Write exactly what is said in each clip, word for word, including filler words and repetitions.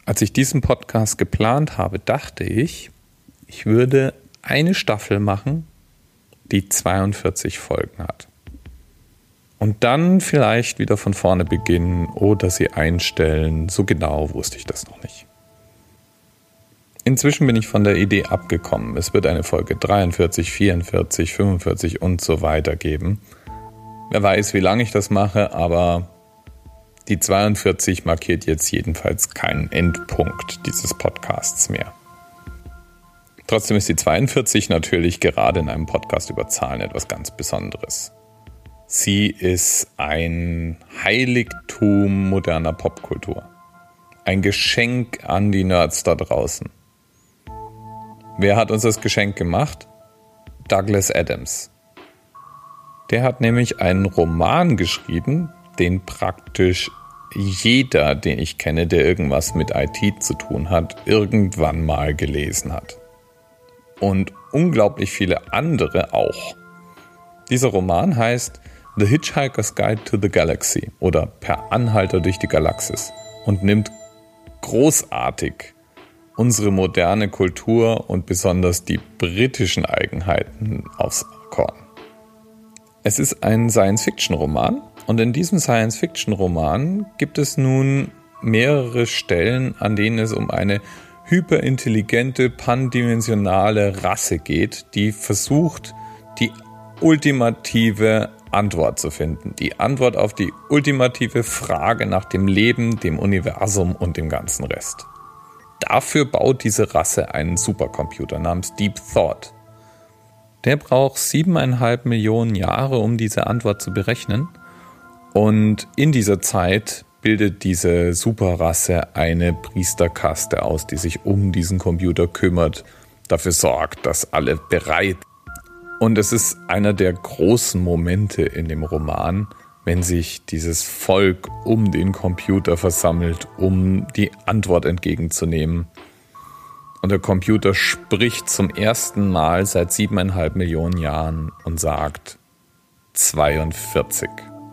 Als ich diesen Podcast geplant habe, dachte ich, ich würde eine Staffel machen, die zweiundvierzig Folgen hat. Und dann vielleicht wieder von vorne beginnen oder sie einstellen. So genau wusste ich das noch nicht. Inzwischen bin ich von der Idee abgekommen. Es wird eine Folge dreiundvierzig, vierundvierzig, fünfundvierzig und so weiter geben. Wer weiß, wie lange ich das mache, aber die zweiundvierzig markiert jetzt jedenfalls keinen Endpunkt dieses Podcasts mehr. Trotzdem ist die zweiundvierzig natürlich gerade in einem Podcast über Zahlen etwas ganz Besonderes. Sie ist ein Heiligtum moderner Popkultur. Ein Geschenk an die Nerds da draußen. Wer hat uns das Geschenk gemacht? Douglas Adams. Der hat nämlich einen Roman geschrieben, den praktisch jeder, den ich kenne, der irgendwas mit I T zu tun hat, irgendwann mal gelesen hat. Und unglaublich viele andere auch. Dieser Roman heißt The Hitchhiker's Guide to the Galaxy oder Per Anhalter durch die Galaxis und nimmt großartig unsere moderne Kultur und besonders die britischen Eigenheiten aufs Korn. Es ist ein Science-Fiction-Roman und in diesem Science-Fiction-Roman gibt es nun mehrere Stellen, an denen es um eine hyperintelligente, pandimensionale Rasse geht, die versucht, die ultimative Antwort zu finden. Die Antwort auf die ultimative Frage nach dem Leben, dem Universum und dem ganzen Rest. Dafür baut diese Rasse einen Supercomputer namens Deep Thought. Der braucht siebeneinhalb Millionen Jahre, um diese Antwort zu berechnen. Und in dieser Zeit bildet diese Superrasse eine Priesterkaste aus, die sich um diesen Computer kümmert, dafür sorgt, dass alle bereit sind. Und es ist einer der großen Momente in dem Roman, wenn sich dieses Volk um den Computer versammelt, um die Antwort entgegenzunehmen. Und der Computer spricht zum ersten Mal seit siebeneinhalb Millionen Jahren und sagt zweiundvierzig.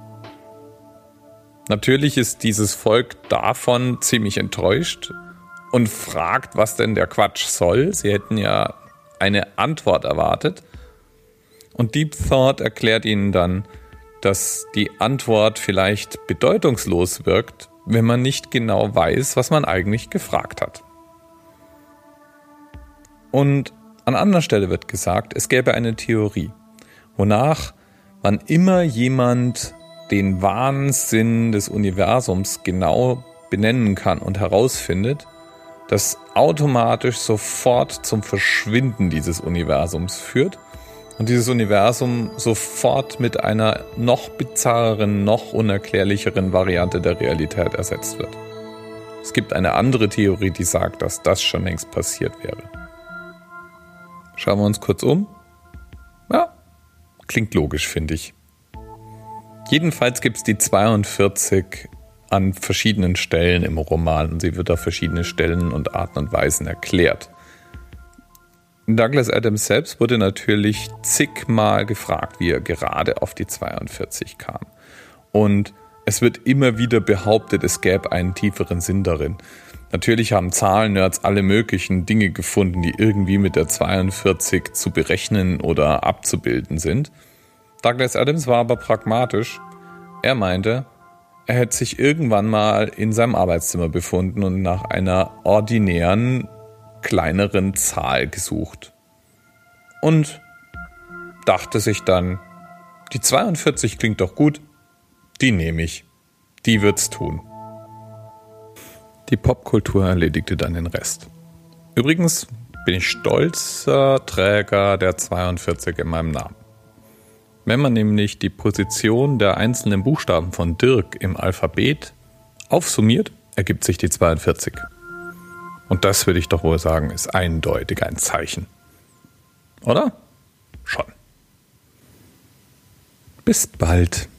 Natürlich ist dieses Volk davon ziemlich enttäuscht und fragt, was denn der Quatsch soll. Sie hätten ja eine Antwort erwartet. Und Deep Thought erklärt ihnen dann, dass die Antwort vielleicht bedeutungslos wirkt, wenn man nicht genau weiß, was man eigentlich gefragt hat. Und an anderer Stelle wird gesagt, es gäbe eine Theorie, wonach wann immer jemand den Wahnsinn des Universums genau benennen kann und herausfindet, das automatisch sofort zum Verschwinden dieses Universums führt und dieses Universum sofort mit einer noch bizarreren, noch unerklärlicheren Variante der Realität ersetzt wird. Es gibt eine andere Theorie, die sagt, dass das schon längst passiert wäre. Schauen wir uns kurz um. Ja, klingt logisch, finde ich. Jedenfalls gibt es die zweiundvierzig an verschiedenen Stellen im Roman und sie wird auf verschiedene Stellen und Arten und Weisen erklärt. Douglas Adams selbst wurde natürlich zigmal gefragt, wie er gerade auf die zweiundvierzig kam. Und es wird immer wieder behauptet, es gäbe einen tieferen Sinn darin. Natürlich haben Zahlennerds alle möglichen Dinge gefunden, die irgendwie mit der zweiundvierzig zu berechnen oder abzubilden sind. Douglas Adams war aber pragmatisch. Er meinte, er hätte sich irgendwann mal in seinem Arbeitszimmer befunden und nach einer ordinären, kleineren Zahl gesucht. Und dachte sich dann, die zweiundvierzig klingt doch gut, die nehme ich. Die wird's tun. Die Popkultur erledigte dann den Rest. Übrigens bin ich stolzer Träger der zweiundvierzig in meinem Namen. Wenn man nämlich die Position der einzelnen Buchstaben von Dirk im Alphabet aufsummiert, ergibt sich die zweiundvierzig. Und das würde ich doch wohl sagen, ist eindeutig ein Zeichen. Oder? Schon. Bis bald.